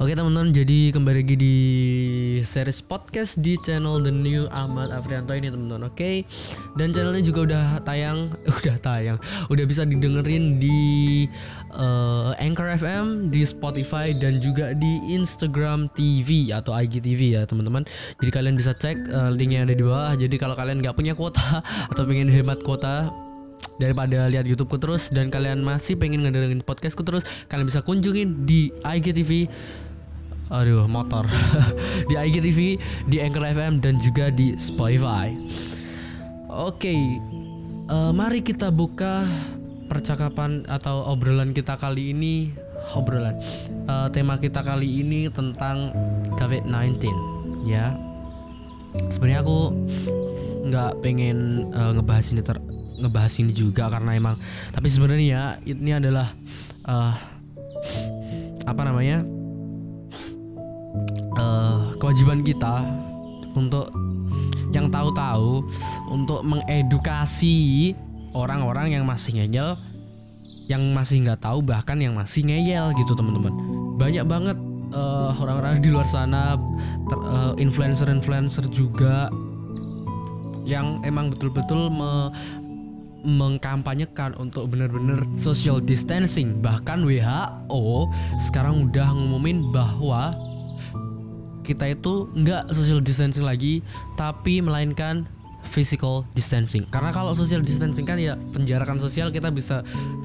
Oke teman-teman, jadi kembali lagi di series podcast di channel The New Ahmad Afrianto ini teman-teman. Oke. Dan channel ini juga udah bisa didengerin di Anchor FM, di Spotify dan juga di Instagram TV atau IGTV ya teman-teman. Jadi kalian bisa cek linknya ada di bawah. Jadi kalau kalian nggak punya kuota atau pengen hemat kuota daripada lihat YouTubeku terus dan kalian masih pengen ngedengerin podcastku terus, kalian bisa kunjungin di IGTV. Aduh, motor. Di IGTV, di Anchor FM dan juga di Spotify. Oke. Mari kita buka percakapan atau obrolan kita kali ini. Tema kita kali ini tentang COVID-19 ya. Sebenarnya aku nggak pengen ngebahas ini juga karena emang, tapi sebenarnya ini adalah kewajiban kita untuk yang tahu-tahu untuk mengedukasi orang-orang yang masih ngeyel, yang masih nggak tahu, bahkan yang masih ngeyel gitu teman-teman. Banyak banget orang-orang di luar sana, influencer juga yang emang betul-betul mengkampanyekan untuk benar-benar social distancing. Bahkan WHO sekarang udah ngumumin bahwa kita itu nggak social distancing lagi, tapi melainkan physical distancing. Karena kalau social distancing kan ya penjarakan sosial, kita bisa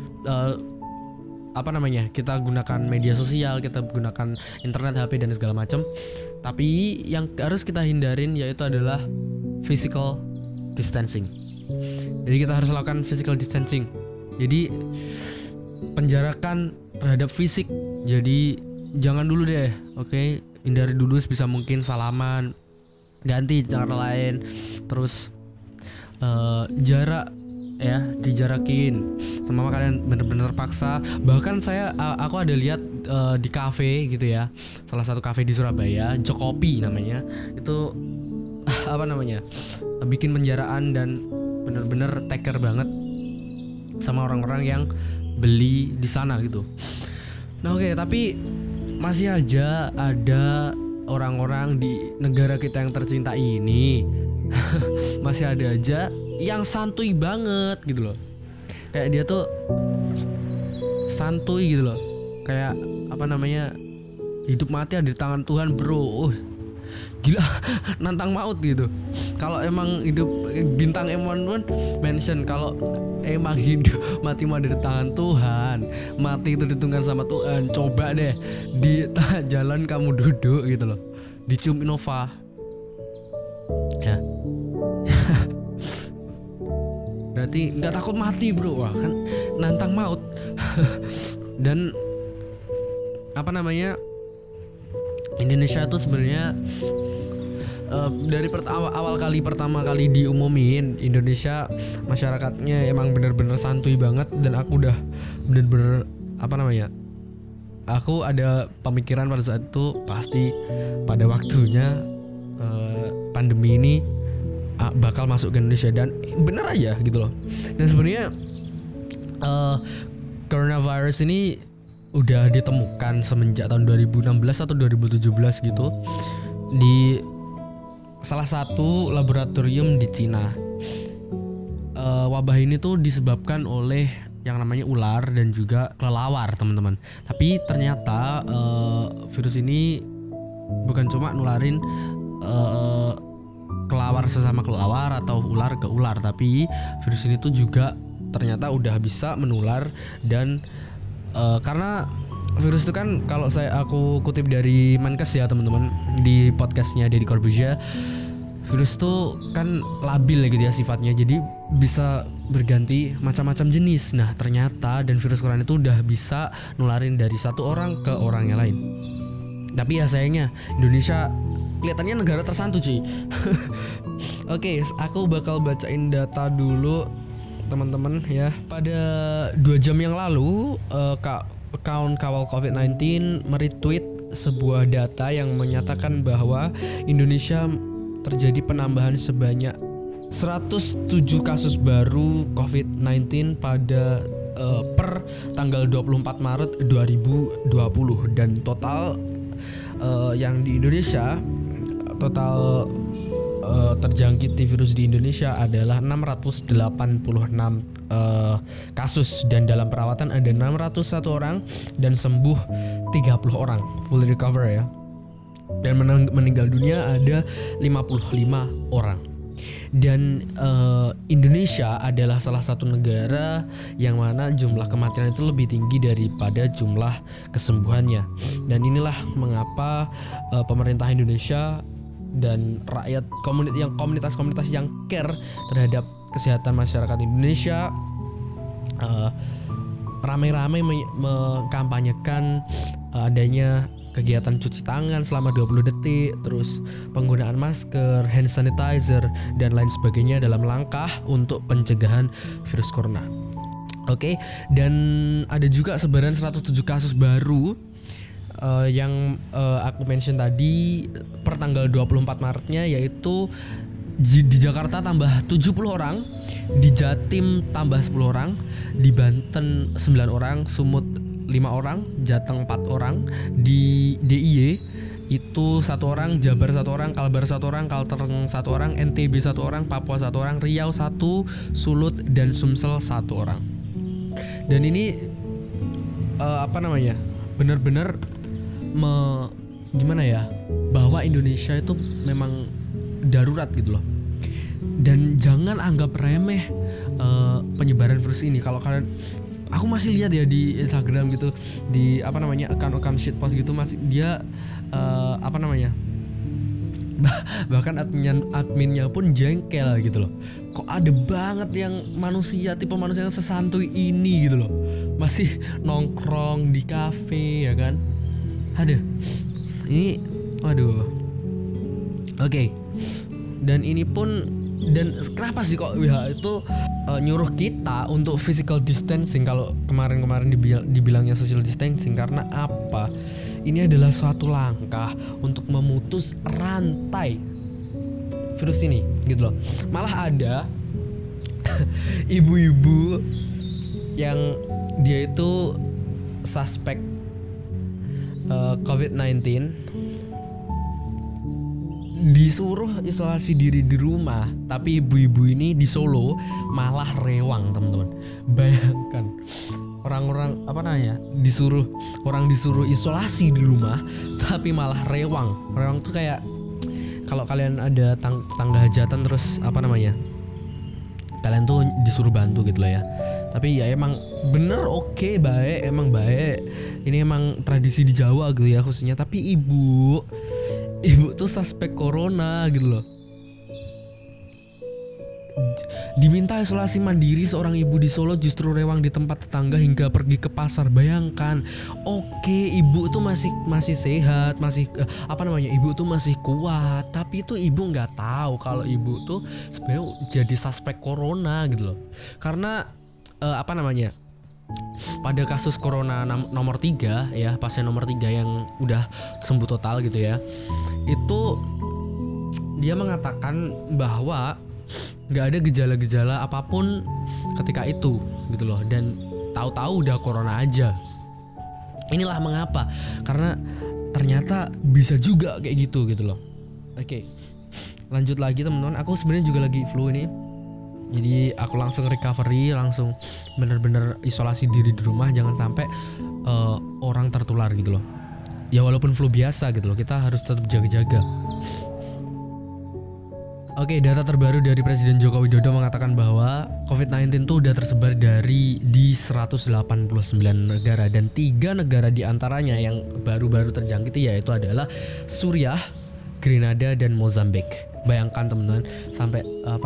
kita gunakan media sosial, kita gunakan internet, HP dan segala macam. Tapi yang harus kita hindarin yaitu adalah physical distancing. Jadi kita harus lakukan physical distancing. Jadi penjarakan terhadap fisik. Jadi jangan dulu deh, oke? Hindari dulu sebisa mungkin salaman, ganti cara lain, terus jarak ya dijarakin. Sama kalian bener-bener paksa. Bahkan aku ada lihat di kafe gitu ya, salah satu kafe di Surabaya, Jokopi namanya, itu bikin penjaraan dan bener-bener take care banget sama orang-orang yang beli di sana gitu. Nah oke, tapi masih aja ada orang-orang di negara kita yang tercinta ini masih ada aja yang santuy banget gitu loh. Kayak dia tuh santuy gitu loh. Kayak hidup mati ada di tangan Tuhan, bro. Gila, nantang maut gitu. Kalau emang hidup, bintang M1 mention kalau emang hidup mati mau ada di tangan Tuhan, mati itu ditentukan sama Tuhan, coba deh di tengah jalan kamu duduk gitu loh, dicium Innova ya. Berarti nggak takut mati, bro. Wah, kan nantang maut. Dan Indonesia tuh sebenarnya dari pertama kali diumumin, Indonesia masyarakatnya emang bener-bener santuy banget. Dan aku udah bener-bener aku ada pemikiran pada saat itu pasti pada waktunya pandemi ini bakal masuk ke Indonesia, dan bener aja gitu loh. Dan sebenarnya coronavirus ini udah ditemukan semenjak tahun 2016 atau 2017 gitu di salah satu laboratorium di Cina. Wabah ini tuh disebabkan oleh yang namanya ular dan juga kelelawar, teman-teman. Tapi ternyata virus ini bukan cuma nularin kelelawar sesama kelelawar atau ular ke ular, tapi virus ini tuh juga ternyata udah bisa menular. Dan karena virus itu kan, kalau aku kutip dari Menkes ya teman-teman, di podcastnya Deddy Corbuzier, virus itu kan labil ya gitu ya sifatnya, jadi bisa berganti macam-macam jenis. Nah ternyata dan virus corona itu udah bisa nularin dari satu orang ke orang yang lain. Tapi ya sayangnya Indonesia kelihatannya negara tersantu cuy. Oke, aku bakal bacain data dulu teman-teman ya. Pada 2 jam yang lalu account Kawal COVID-19 meretweet sebuah data yang menyatakan bahwa Indonesia terjadi penambahan sebanyak 107 kasus baru COVID-19 pada per tanggal 24 Maret 2020 dan total yang di Indonesia total terjangkiti virus di Indonesia adalah 686 kasus, dan dalam perawatan ada 601 orang dan sembuh 30 orang, full recover ya. Dan meninggal dunia ada 55 orang. Dan Indonesia adalah salah satu negara yang mana jumlah kematian itu lebih tinggi daripada jumlah kesembuhannya. Dan inilah mengapa pemerintah Indonesia dan rakyat komunitas-komunitas yang care terhadap kesehatan masyarakat Indonesia ramai-ramai mengkampanyekan adanya kegiatan cuci tangan selama 20 detik, terus penggunaan masker, hand sanitizer, dan lain sebagainya dalam langkah untuk pencegahan virus corona. Oke, dan ada juga sebaran 107 kasus baru yang aku mention tadi per tanggal 24 Maretnya, yaitu di Jakarta tambah 70 orang, di Jatim tambah 10 orang, di Banten 9 orang, Sumut 5 orang, Jateng 4 orang, di DIY itu 1 orang, Jabar 1 orang, Kalbar 1 orang, Kalteng 1 orang, NTB 1 orang, Papua 1 orang, Riau 1, Sulut dan Sumsel 1 orang. Dan ini benar-benar gimana ya, bahwa Indonesia itu memang darurat gitu loh. Dan jangan anggap remeh penyebaran virus ini. Kalau kalian, aku masih lihat ya di Instagram gitu, di account shitpost gitu, masih dia bahkan adminnya pun jengkel gitu loh. Kok ada banget yang tipe manusia yang sesantuy ini gitu loh, masih nongkrong di kafe ya kan. Oke. Dan kenapa sih kok WHO itu nyuruh kita untuk physical distancing kalau kemarin dibilangnya social distancing? Karena apa? Ini adalah suatu langkah untuk memutus rantai virus ini gitu loh. Malah ada ibu-ibu yang dia itu suspek COVID-19, disuruh isolasi diri di rumah, tapi ibu-ibu ini di Solo malah rewang, teman-teman. Bayangkan, disuruh isolasi di rumah tapi malah rewang. Rewang tuh kayak kalau kalian ada tangga hajatan, terus kalian tuh disuruh bantu gitu loh ya. Tapi ya emang bener, oke, baik. Ini emang tradisi di Jawa gitu ya khususnya. Tapi ibu tuh suspek corona gitu loh. Diminta isolasi mandiri, seorang ibu di Solo justru rewang di tempat tetangga hingga pergi ke pasar. Bayangkan, oke, ibu tuh masih sehat, ibu tuh masih kuat, tapi itu ibu nggak tahu kalau ibu tuh sebenarnya jadi suspek corona gitu loh. Karena pada kasus corona nomor 3 ya, pasien nomor 3 yang udah sembuh total gitu ya, itu dia mengatakan bahwa nggak ada gejala-gejala apapun ketika itu gitu loh, dan tahu-tahu udah corona aja. Inilah mengapa, karena ternyata bisa juga kayak gitu loh. Oke, lanjut lagi teman-teman. Aku sebenarnya juga lagi flu ini, jadi aku langsung recovery, langsung bener-bener isolasi diri di rumah. Jangan sampai orang tertular gitu loh. Ya walaupun flu biasa gitu loh, kita harus tetap jaga-jaga. Oke, data terbaru dari Presiden Joko Widodo mengatakan bahwa COVID-19 itu udah tersebar di 189 negara, dan 3 negara diantaranya yang baru-baru terjangkit yaitu adalah Suriah, Grenada, dan Mozambik. Bayangkan teman-teman, sampai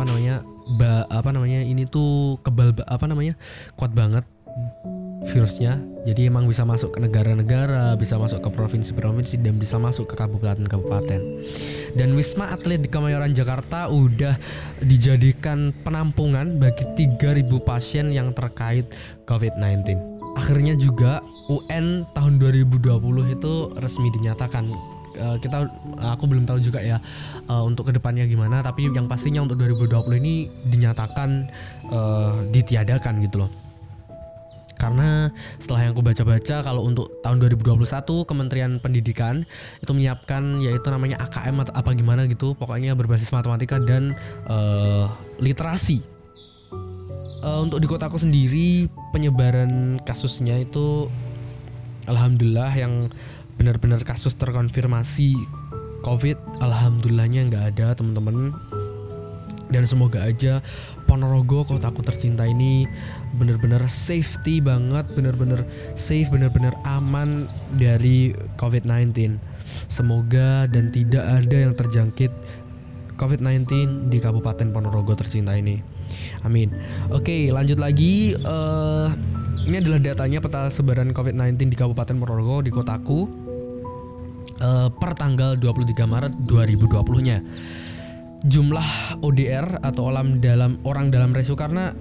ini tuh kuat banget virusnya. Jadi emang bisa masuk ke negara-negara, bisa masuk ke provinsi-provinsi, dan bisa masuk ke kabupaten-kabupaten. Dan Wisma Atlet di Kemayoran Jakarta udah dijadikan penampungan bagi 3.000 pasien yang terkait COVID-19. Akhirnya juga UN tahun 2020 itu resmi dinyatakan. Aku belum tahu juga ya untuk kedepannya gimana, tapi yang pastinya untuk 2020 ini dinyatakan ditiadakan gitu loh. Karena setelah yang aku baca-baca, kalau untuk tahun 2021 Kementerian Pendidikan itu menyiapkan yaitu namanya AKM atau apa gimana gitu, pokoknya berbasis matematika dan literasi. Untuk di kotaku sendiri penyebaran kasusnya itu alhamdulillah yang benar-benar kasus terkonfirmasi COVID, alhamdulillahnya nggak ada teman-teman. Dan semoga aja Ponorogo, kotaku tercinta ini benar-benar safety banget, benar-benar safe, benar-benar aman dari COVID-19. Semoga dan tidak ada yang terjangkit COVID-19 di Kabupaten Ponorogo tercinta ini. Amin. Oke, lanjut lagi. Ini adalah datanya peta sebaran COVID-19 di Kabupaten Ponorogo di kotaku per tanggal 23 Maret 2020-nya. Jumlah ODR atau orang dalam resiko, karena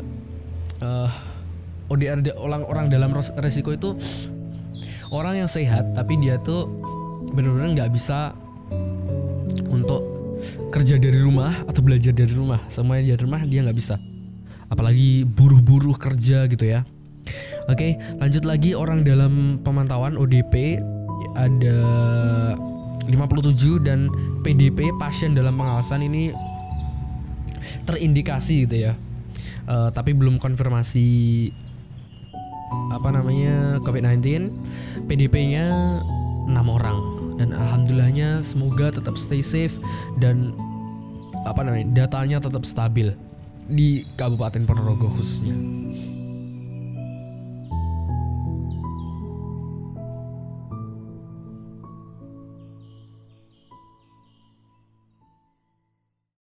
ODR orang dalam resiko itu orang yang sehat tapi dia tuh benar-benar nggak bisa untuk kerja dari rumah atau belajar dari rumah, semuanya dari rumah dia nggak bisa, apalagi buruh-buruh kerja gitu ya. Oke, lanjut lagi. Orang dalam pemantauan ODP ada 57 dan PDP pasien dalam pengawasan ini terindikasi gitu ya, tapi belum konfirmasi COVID-19. PDP-nya 6 orang dan alhamdulillahnya semoga tetap stay safe dan datanya tetap stabil di Kabupaten Ponorogo khususnya.